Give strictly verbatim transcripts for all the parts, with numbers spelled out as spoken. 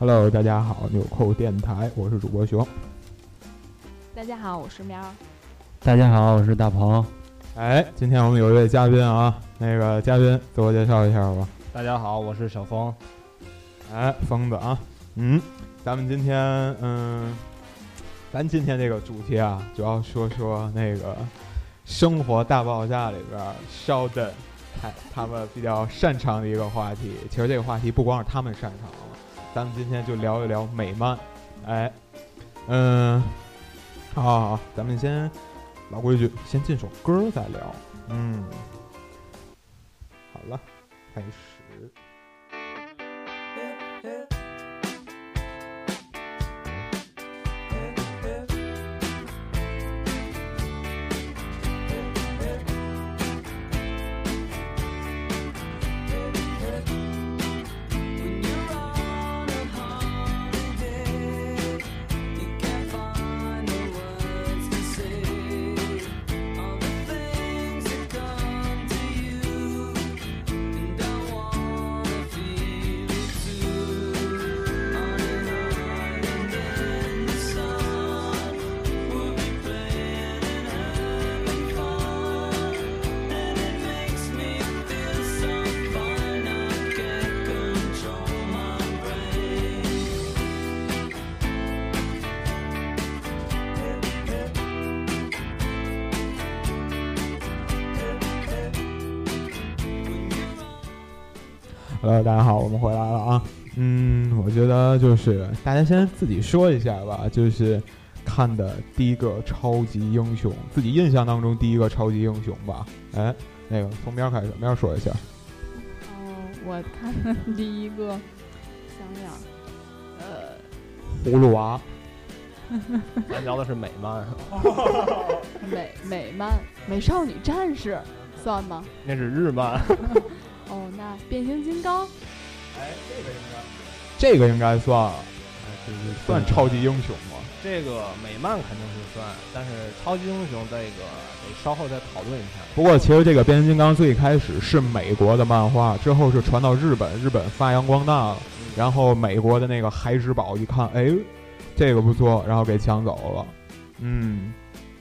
Hello， 大家好，纽扣电台，我是主播熊。 大家好，我是喵。 大家好，我是大鹏。 哎，今天我们有一位嘉宾啊，那个嘉宾自我介绍一下吧。 大家好，我是小峰。 哎，疯子啊，嗯，咱们今天，嗯，咱今天这个主题啊，主要说说那个《生活大爆炸》里边Sheldon他他们比较擅长的一个话题。其实这个话题不光是他们擅长了，咱们今天就聊一聊美漫。哎，嗯，好好好，咱们先老规矩，先进首歌再聊。嗯，好了，开始。Hello， 大家好，我们回来了啊。嗯，我觉得就是大家先自己说一下吧，就是看的第一个超级英雄，自己印象当中第一个超级英雄吧。哎，那个从喵开始，喵说一下。 哦，我看的第一个，想想，呃， 葫芦娃。 咱聊的是美漫。 美美漫，美少女战士算吗？ 那是日漫。 哦，那变形金刚， 哎，这个应该，这个应该算，哎，就是算超级英雄吗？ 这个美漫肯定是算，但是超级英雄这个得稍后再讨论一下。 不过其实这个变形金刚最开始是美国的漫画，之后是传到日本，日本发扬光大了，嗯、然后美国的那个孩之宝一看，哎，这个不错，然后给抢走了。嗯，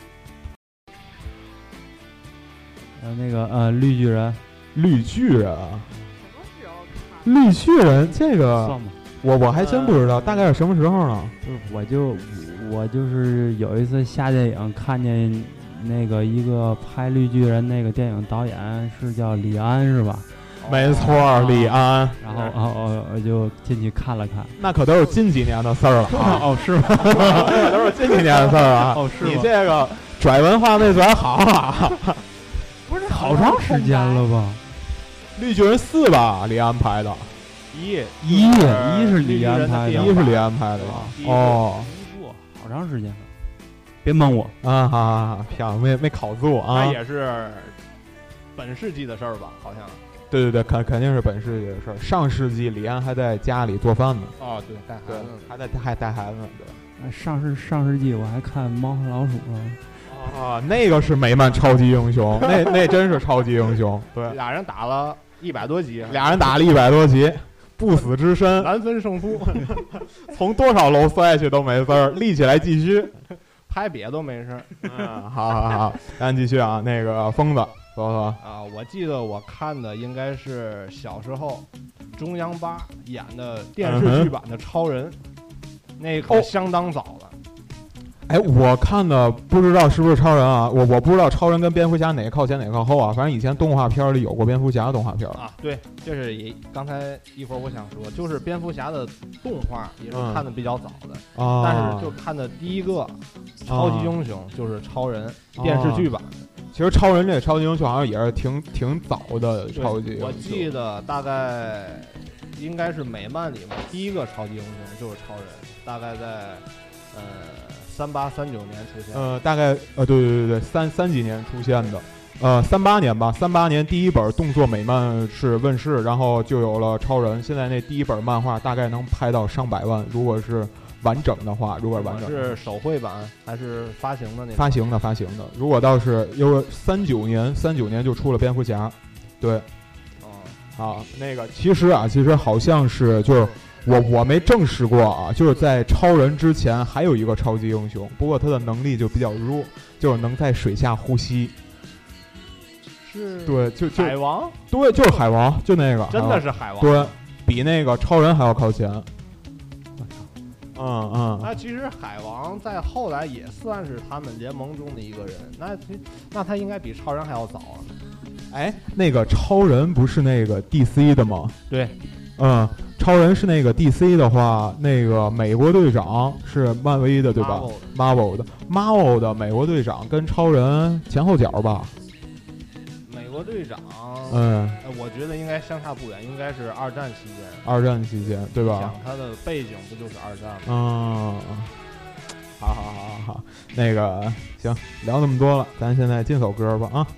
呃，那个呃，绿巨人。 绿巨人啊，绿巨人这个算吗？ 我我还真不知道，大概是什么时候呢？ 我就我就是有一次下电影看见那个一个拍绿巨人那个电影导演是叫李安是吧？ 没错，哦、李安。 然后哦哦，我就进去看了看。 那可都是近几年的事儿了啊！ 哦，是吗？ 那可都是近几年的事儿啊！ 哦，是吗？ 你这个拽文化没拽好啊！ 不是好长时间了吧？ 绿巨人四吧，李安拍的。 一一一是李安拍的， 一是李安拍的吧？哦， 好长时间了。别蒙我啊！哈哈，漂亮，没没考住啊！ 那也是本世纪的事儿吧？好像。 对对对，肯肯定是本世纪的事儿。上世纪李安还在家里做饭呢。 哦，对，带孩子， 还在还带孩子呢。对。 上世上世纪我还看《猫和老鼠》呢。 啊，那个是美漫超级英雄，那那真是超级英雄。对， 俩人打了一百多集， 俩人打了一百多集，不死之身， 难分胜负， 从多少楼摔下去都没事儿，立起来继续， 拍瘪都没事。 嗯，好好好，咱继续啊，那个疯子，说说啊，我记得我看的应该是小时候中央八演的电视剧版的超人，嗯、那可相当早了。 哎，我看的不知道是不是超人啊，我我不知道超人跟蝙蝠侠哪个靠前哪个靠后啊，反正以前动画片里有过蝙蝠侠的动画片啊。对，这是也刚才一会儿我想说，就是蝙蝠侠的动画也是看的比较早的， 嗯、 但是就看的第一个超级英雄就是超人、啊、电视剧版的。 其实超人这个超级英雄好像也是挺挺早的超级英雄， 我记得大概应该是美漫里面第一个超级英雄就是超人，大概在呃。三八三九年出现， 呃，大概呃，对对对对，三三几年出现的，呃，三八年吧，三八年第一本动作美漫是问世，然后就有了超人。现在那第一本漫画大概能拍到上百万，如果是完整的话，如果是完整的是手绘版还是发行的那种？ 发行的，发行的。如果倒是有三九年，三九年就出了蝙蝠侠，对， 哦， 啊，那个其实啊，其实好像是就是我我没证实过啊，就是在超人之前还有一个超级英雄，不过他的能力就比较弱，就是能在水下呼吸。 是， 对，就就海王， 对，就是海王，就那个， 真的是海王， 对，比那个超人还要靠前。嗯嗯， 那其实海王在后来也算是他们联盟中的一个人，那那他应该比超人还要早啊。 哎，那个超人不是那个 D C 的吗？ 对， 嗯，超人是那个 D C 的话，那个美国队长是漫威的，对吧 ？Marvel 的 Marvel 的美国队长跟超人前后脚吧？ 美国队长， 嗯， 我觉得应该相差不远，应该是二战期间。 二战期间，对吧？ 想他的背景不就是二战吗？ 嗯，好好好好好，那个行，聊那么多了，咱现在进首歌吧啊。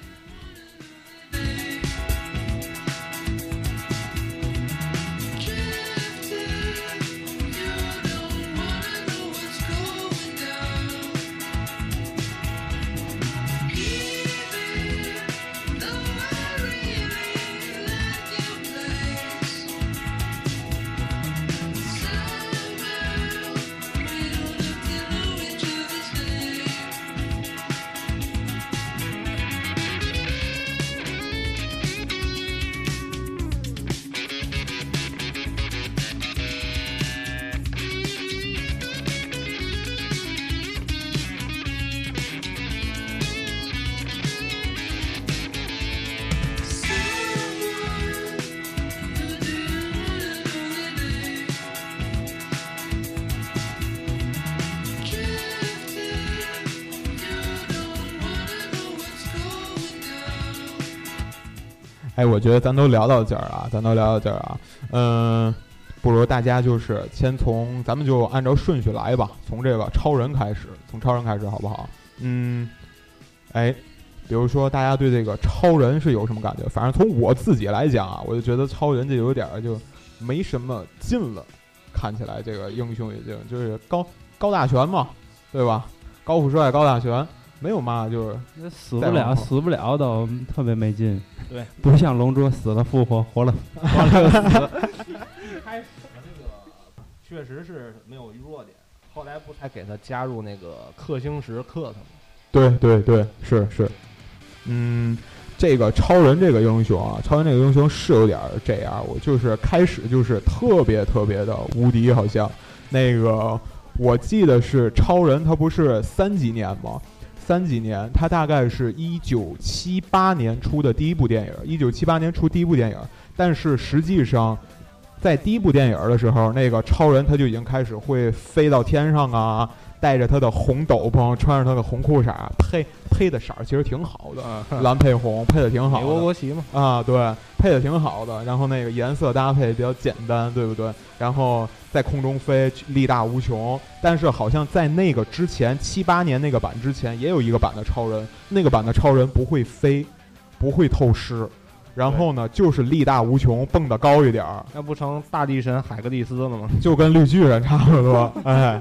哎，我觉得咱都聊到这儿啊，咱都聊到这儿啊，嗯、呃，不如大家就是先从咱们就按照顺序来吧，从这个超人开始，从超人开始好不好？嗯，哎，比如说大家对这个超人是有什么感觉？反正从我自己来讲啊，我就觉得超人这有点就没什么劲了，看起来这个英雄已经就是高高大全嘛，对吧？高富帅、高大全。没有嘛，就是死不了，死不了都特别没劲。 对， 不像龙珠死了复活，活了活了又死。 一开始的那个确实是没有弱点，后来不才给他加入那个氪星石克他吗？ 对对对，是是。嗯，这个超人这个英雄啊，超人这个英雄是有点这样，我就是开始就是特别特别的无敌，好像那个我记得是超人，他不是三几年吗？三几年，他大概是一九七八年出的第一部电影，一九七八年出第一部电影，但是实际上，在第一部电影的时候，那个超人他就已经开始会飞到天上啊，带着他的红斗篷，穿着他的红裤衩，配配的色儿其实挺好的，嗯、蓝配红配的挺好的， 美国国旗嘛， 啊对，配的挺好的，然后那个颜色搭配比较简单，对不对？然后在空中飞，力大无穷。但是好像在那个之前，七八年那个版之前，也有一个版的超人，那个版的超人不会飞，不会透视，然后呢就是力大无穷，蹦得高一点儿。 那不成大力神海格力斯了吗？ 就跟绿巨人差不多，哎。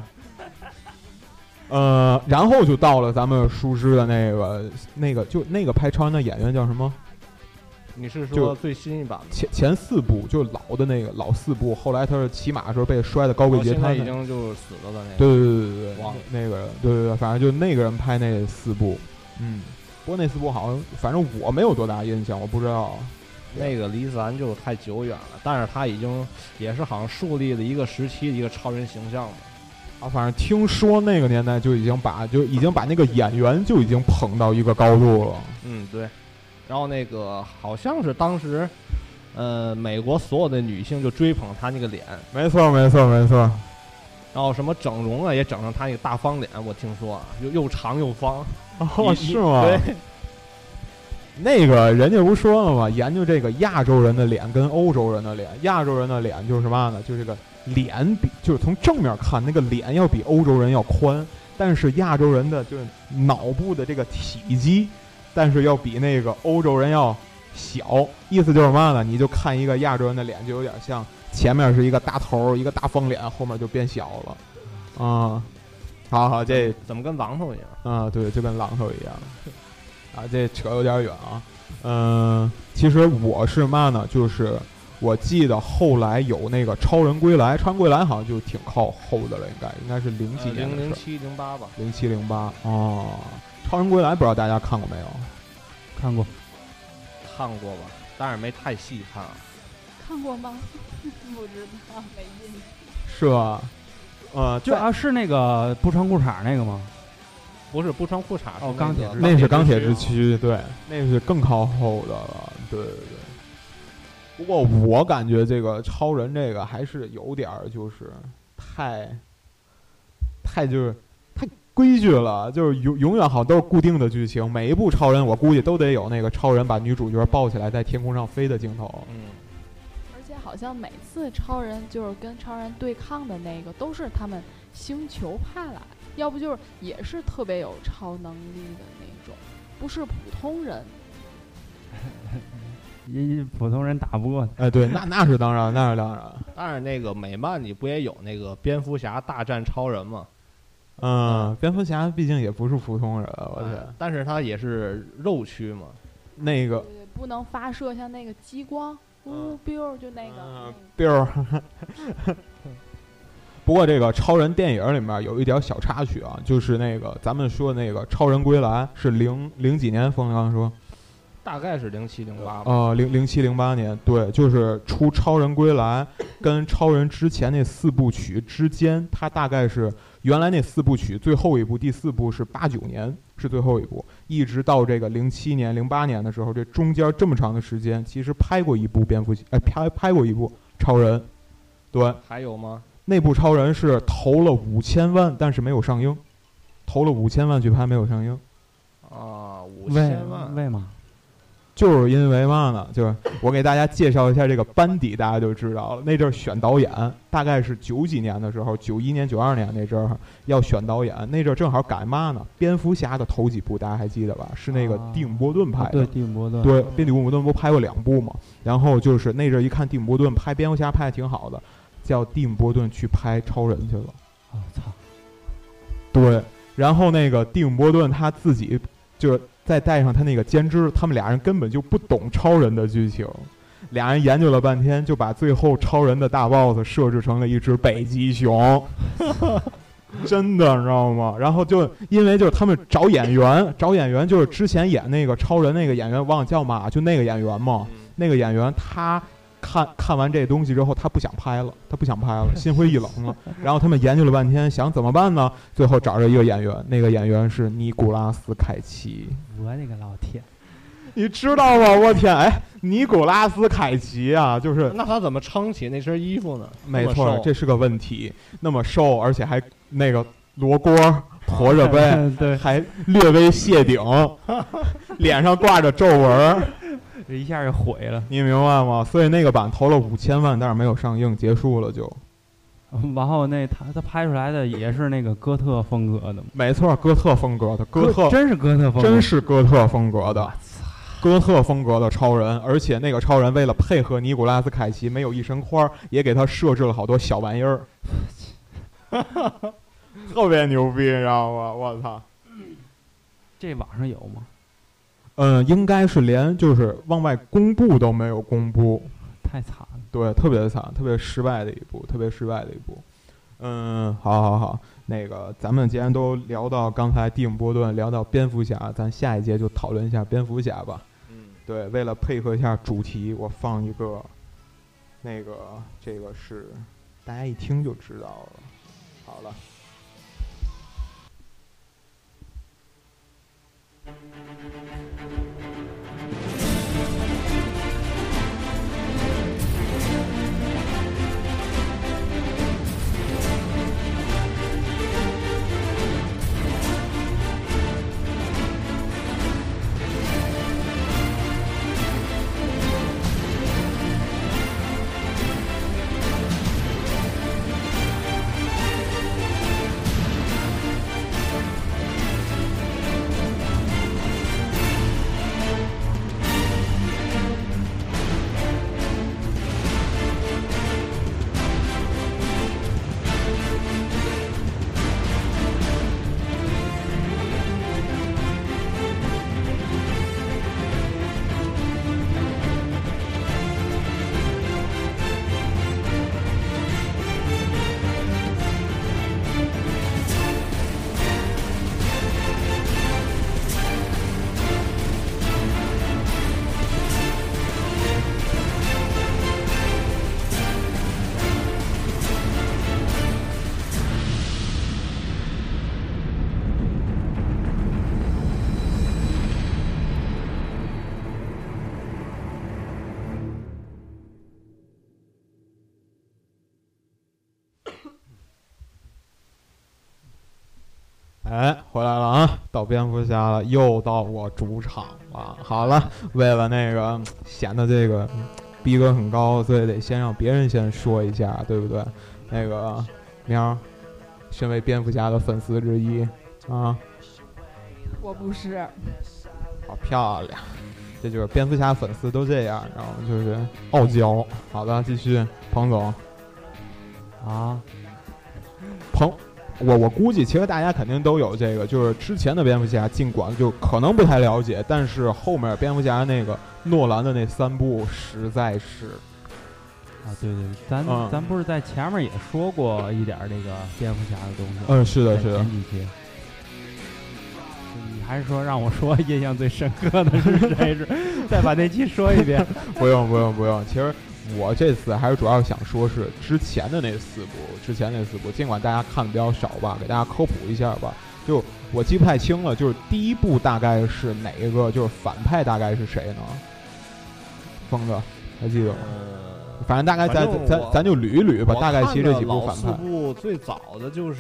呃，然后就到了咱们熟知的那个那个，就那个拍超人的演员叫什么？ 你是说最新一版的？ 前前四部就老的那个老四部，后来他是骑马的时候被摔的高位截瘫、哦， 已经就死了的那个。 对对对对对， 哇， 那个人，对对对，反正就那个人拍那四部，嗯，不过那四部好像反正我没有多大印象，我不知道。 那个离咱就太久远了，但是他已经也是好像树立了一个时期的一个超人形象了。 啊，反正听说那个年代就已经把就已经把那个演员就已经捧到一个高度了。 嗯，对。然后那个好像是当时，呃，美国所有的女性就追捧他那个脸。 没错，没错，没错。 然后什么整容啊，也整成他那个大方脸，我听说啊，又又长又方。 哦，是吗？ 对。 那个人家不说了吗？研究这个亚洲人的脸跟欧洲人的脸，亚洲人的脸就是什么呢？就这个脸比，就是从正面看那个脸要比欧洲人要宽，但是亚洲人的就是脑部的这个体积。但是要比那个欧洲人要小，意思就是嘛呢？你就看一个亚洲人的脸，就有点像前面是一个大头，一个大方脸，后面就变小了。啊、嗯，好好，这怎么跟榔头一样？ 啊、嗯，对，就跟榔头一样。啊，这扯有点远啊。嗯，其实我是嘛呢？就是我记得后来有那个超人归来，超人归来好像就挺靠后的了，应该应该是零几年的事， 零零七零八吧， 零七零八哦。超人归来不知道大家看过没有？ 看过， 看过吧，但是没太细看啊。 看过吗？不知道，没印象。 是吧？呃， 就啊是那个不穿裤衩那个吗？ 不是不穿裤衩， 哦钢铁之那是钢铁之躯，对，那是更靠后的了，对对对。不过我感觉这个超人这个还是有点儿就是太太就是太规矩了，就是永永远好像都是固定的剧情，每一部超人我估计都得有那个超人把女主角抱起来在天空上飞的镜头。 嗯， 而且好像每次超人就是跟超人对抗的那个都是他们星球派来，要不就是也是特别有超能力的那种，不是普通人。 一普通人打不过。 哎，对，那那是当然，那是当然。 但是那个美漫里不也有那个蝙蝠侠大战超人吗？ 嗯，蝙蝠侠毕竟也不是普通人，我天、 哎，但是他也是肉躯嘛。 那个对对，不能发射像那个激光，呜 biu 就那个。 嗯 biu。不过这个超人电影里面有一点小插曲啊，就是那个咱们说那个超人归来是零零几年，冯刚说。 大概是零七零八吧。 呃，零零七零八年，对，就是出《超人归来》跟超人之前那四部曲之间，它大概是原来那四部曲最后一部，第四部是八九年是最后一部，一直到这个零七年、零八年的时候，这中间这么长的时间，其实拍过一部蝙蝠侠，哎，拍拍过一部超人，对， 还有吗？ 那部超人是投了五千万，但是没有上映，投了五千万去拍，没有上映。 啊，五千万？ 为嘛？ 就是因为嘛呢？就是我给大家介绍一下这个班底，大家就知道了。那阵儿选导演，大概是九几年的时候，九一年、九二年那阵儿要选导演，那阵儿正好赶嘛呢？蝙蝠侠的头几部大家还记得吧？是那个蒂姆·波顿拍的。 对，蒂姆·波顿。 对，蒂姆·波顿不拍过两部嘛？然后就是那阵儿一看蒂姆·波顿拍蝙蝠侠拍的挺好的，叫蒂姆·波顿去拍超人去了。 我、哦、操！ 对，然后那个蒂姆·波顿他自己就。再带上他那个监制，他们俩人根本就不懂超人的剧情，俩人研究了半天，就把最后超人的大 boss 设置成了一只北极熊，真的你知道吗？然后就因为就是他们找演员，找演员就是之前演那个超人那个演员忘了叫嘛，就那个演员嘛，那个演员他。看看完这东西之后，他不想拍了，他不想拍了，心灰意冷了。然后他们研究了半天，想怎么办呢？最后找着一个演员，那个演员是尼古拉斯凯奇。 我那个老天， 你知道吗？我天，哎，尼古拉斯凯奇啊，就是那他怎么撑起那身衣服呢？ 没错，这是个问题。那么瘦，而且还那个罗锅驼着背， 对， 还略微谢顶，脸上挂着皱纹。 这一下就毁了， 你明白吗？所以那个版投了五千万，但是没有上映，结束了就。 然后那他他拍出来的也是那个哥特风格的， 没错，哥特风格的，哥特真是哥特风格， 真是哥特风格的，哥特风格的超人。而且那个超人为了配合尼古拉斯凯奇，没有一身花，也给他设置了好多小玩意儿，特别牛逼，你知道吗？我操！ 这网上有吗？ 嗯，应该是连就是往外公布都没有公布， 太惨了。 对，特别惨，特别失败的一部，特别失败的一部。嗯，好好好，那个咱们既然都聊到刚才蒂姆·波顿，聊到蝙蝠侠，咱下一节就讨论一下蝙蝠侠吧。 嗯， 对，为了配合一下主题，我放一个，那个这个是大家一听就知道了。好了。 哎，回来了啊，到蝙蝠侠了，又到我主场了。好了，为了那个显得这个逼格很高，所以得先让别人先说一下，对不对？那个喵，身为蝙蝠侠的粉丝之一啊， 我不是。 好漂亮，这就是蝙蝠侠粉丝都这样，然后就是傲娇。好的，继续，彭总啊， 彭。我我估计，其实大家肯定都有这个，就是之前的蝙蝠侠，尽管就可能不太了解，但是后面蝙蝠侠那个诺兰的那三部实在是啊，对对，咱、 嗯、 咱不是在前面也说过一点这个蝙蝠侠的东西？ 嗯，是的，是的。 前几期，你还是说让我说印象最深刻的是谁？是再把那期说一遍？ 不用不用不用，其实。我这次还是主要想说是之前的那四部，之前那四部，尽管大家看的比较少吧，给大家科普一下吧。就我记不太清了，就是第一部大概是哪一个，就是反派大概是谁呢？疯子还记得吗？ 呃、 反正大概咱咱咱就捋一捋吧，大概其实这几部反派。 四部最早的就是，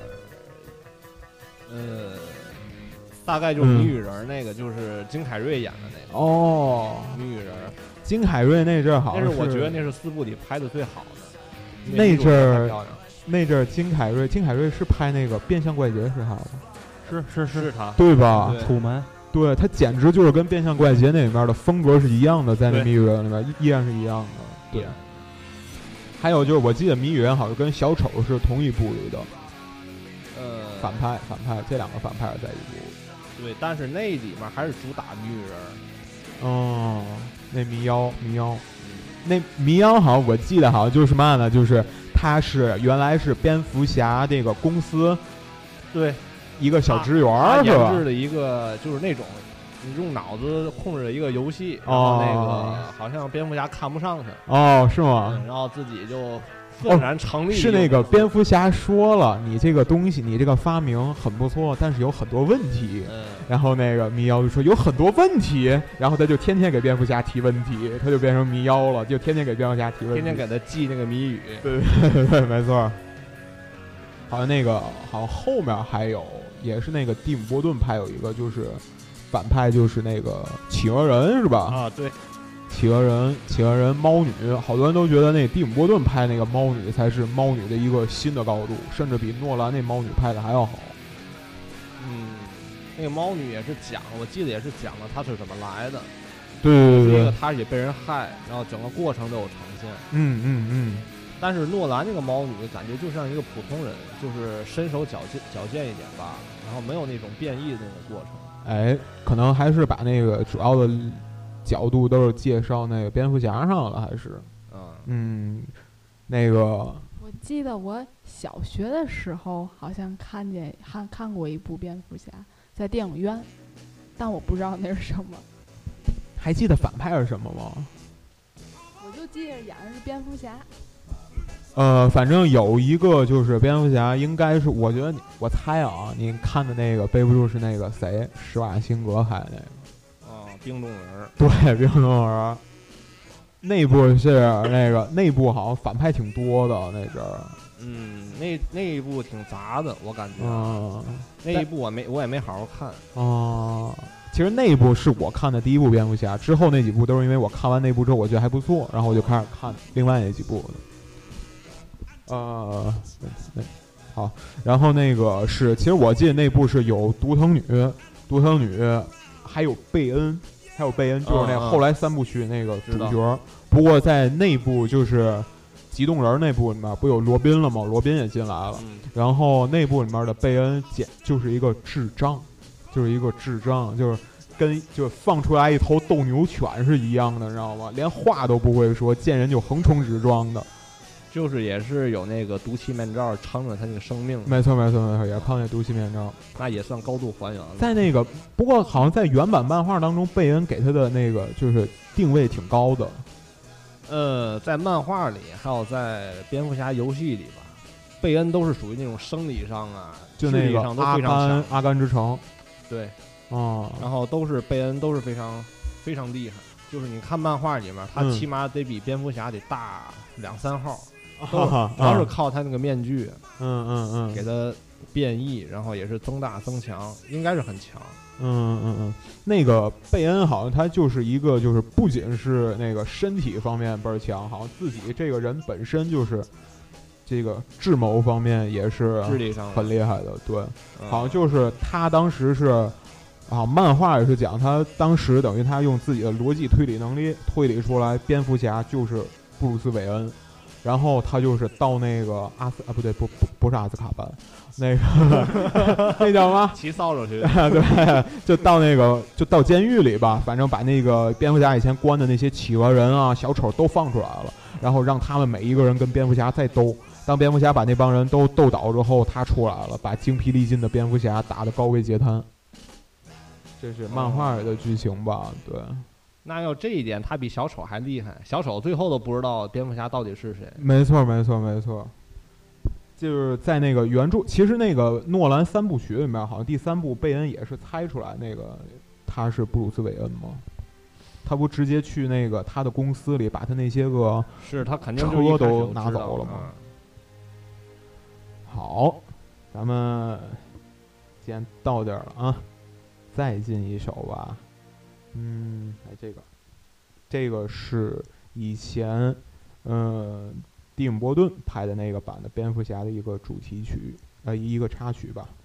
呃，大概就是谜语人那个，嗯、就是金凯瑞演的那个。 哦， 谜语人。 金凯瑞那阵儿好像是， 但是我觉得那是四部里拍的最好的。 那阵儿，那阵儿金凯瑞，金凯瑞是拍那个《变相怪杰》是他的， 是是是是他， 对吧？ 楚门， 对他简直就是跟《变相怪杰》那里面的风格是一样的，在那《谜语人》里面依然是一样的。对。还有就是，我记得《谜语人》好像跟小丑是同一部里的， 呃， 反派反派这两个反派在一部。 对，但是那里面还是主打谜语人。 哦。那迷妖迷妖，那迷妖好像我记得好像就是嘛呢，就是他是原来是蝙蝠侠这个公司， 对， 一个小职员是吧？ 研制的一个就是那种你用脑子控制的一个游戏，然后那个好像蝙蝠侠看不上他， 哦，是吗？ 然后自己就赫然成立、 哦。是那个蝙蝠侠说了，你这个东西，你这个发明很不错，但是有很多问题。 嗯。 然后那个迷妖就说有很多问题，然后他就天天给蝙蝠侠提问题，他就变成迷妖了，就天天给蝙蝠侠提问题， 天天给他记那个谜语。 对对对，没错。好像那个好像后面还有，也是那个蒂姆·波顿拍有一个，就是反派就是那个企鹅人是吧？ 啊，对。 企鹅人，企鹅人，猫女，好多人都觉得那蒂姆·波顿拍那个猫女才是猫女的一个新的高度，甚至比诺兰那猫女拍的还要好。 嗯。那个猫女也是讲，我记得也是讲了她是怎么来的。 对对对， 这个她也被人害，然后整个过程都有呈现。 嗯嗯嗯。 但是诺兰这个猫女感觉就像一个普通人，就是身手矫健矫健一点吧，然后没有那种变异的那种过程。 哎，可能还是把那个主要的角度都是介绍那个蝙蝠侠上了，还是嗯嗯，那个。 我记得我小学的时候好像看见看看过一部蝙蝠侠。在电影院，但我不知道那是什么。 还记得反派是什么吗？ 我就记得演的是蝙蝠侠。 呃，反正有一个就是蝙蝠侠，应该是我觉得你我猜啊，你看的那个背不住是那个谁，施瓦辛格拍的那个。 啊，冰冻人。 对，冰冻人。那部是那个那部好像反派挺多的那阵儿。 嗯，那那一部挺杂的，我感觉。 嗯， 那一部我没我也没好好看。 哦、嗯，其实那一部是我看的第一部蝙蝠侠，之后那几部都是因为我看完那部之后我觉得还不错，然后我就开始看另外那几部的。呃，好，然后那个是，其实我记得那部是有独藤女，独藤女，还有贝恩，还有贝恩就是那后来三部曲那个主角。嗯、不过在那部就是极冻人那部里面不有罗宾了吗？罗宾也进来了， 嗯、 然后那部里面的贝恩简就是一个智障，就是一个智障，就是跟就放出来一头斗牛犬是一样的，你知道吗？连话都不会说，见人就横冲直撞的。 就是也是有那个毒气面罩撑着他那个生命。 没错没错没错，也靠那毒气面罩， 那也算高度还原了。 在那个不过好像在原版漫画当中，贝恩给他的那个就是定位挺高的。 呃，在漫画里还有在蝙蝠侠游戏里吧，贝恩都是属于那种生理上啊， 就那个阿甘阿甘之城。 对， 哦， 然后都是贝恩都是非常非常厉害，就是你看漫画里面，他起码得比蝙蝠侠得大两三号。都主要是靠他那个面具， 嗯嗯嗯， 给他变异，然后也是增大增强，应该是很强。 嗯嗯嗯，那个贝恩好像他就是一个，就是不仅是那个身体方面倍儿强，好像自己这个人本身就是这个智谋方面也是智力上很厉害的。对， 嗯、 好像就是他当时是啊，漫画也是讲他当时等于他用自己的逻辑推理能力推理出来，蝙蝠侠就是布鲁斯韦恩。然后他就是到那个阿斯啊，不对，不不不是阿斯卡班，那个那叫什么？ 骑扫帚去。 对，就到那个就到监狱里吧，反正把那个蝙蝠侠以前关的那些企鹅人啊、小丑都放出来了，然后让他们每一个人跟蝙蝠侠再斗。当蝙蝠侠把那帮人都斗倒之后，他出来了，把精疲力尽的蝙蝠侠打得高位截瘫。这是漫画里的剧情吧？对。 那要这一点，他比小丑还厉害。小丑最后都不知道蝙蝠侠到底是谁。 没错，没错，没错。就是在那个原著，其实那个诺兰三部曲里面，好像第三部贝恩也是猜出来那个他是布鲁斯韦恩吗？他不直接去那个他的公司里，把他那些个是他肯定车都拿走了吗？ 嗯、 好，咱们既然到这儿了啊，再进一首吧。嗯，哎，这个，这个是以前，呃，蒂姆·波顿拍的那个版的蝙蝠侠的一个主题曲，呃，一个插曲吧。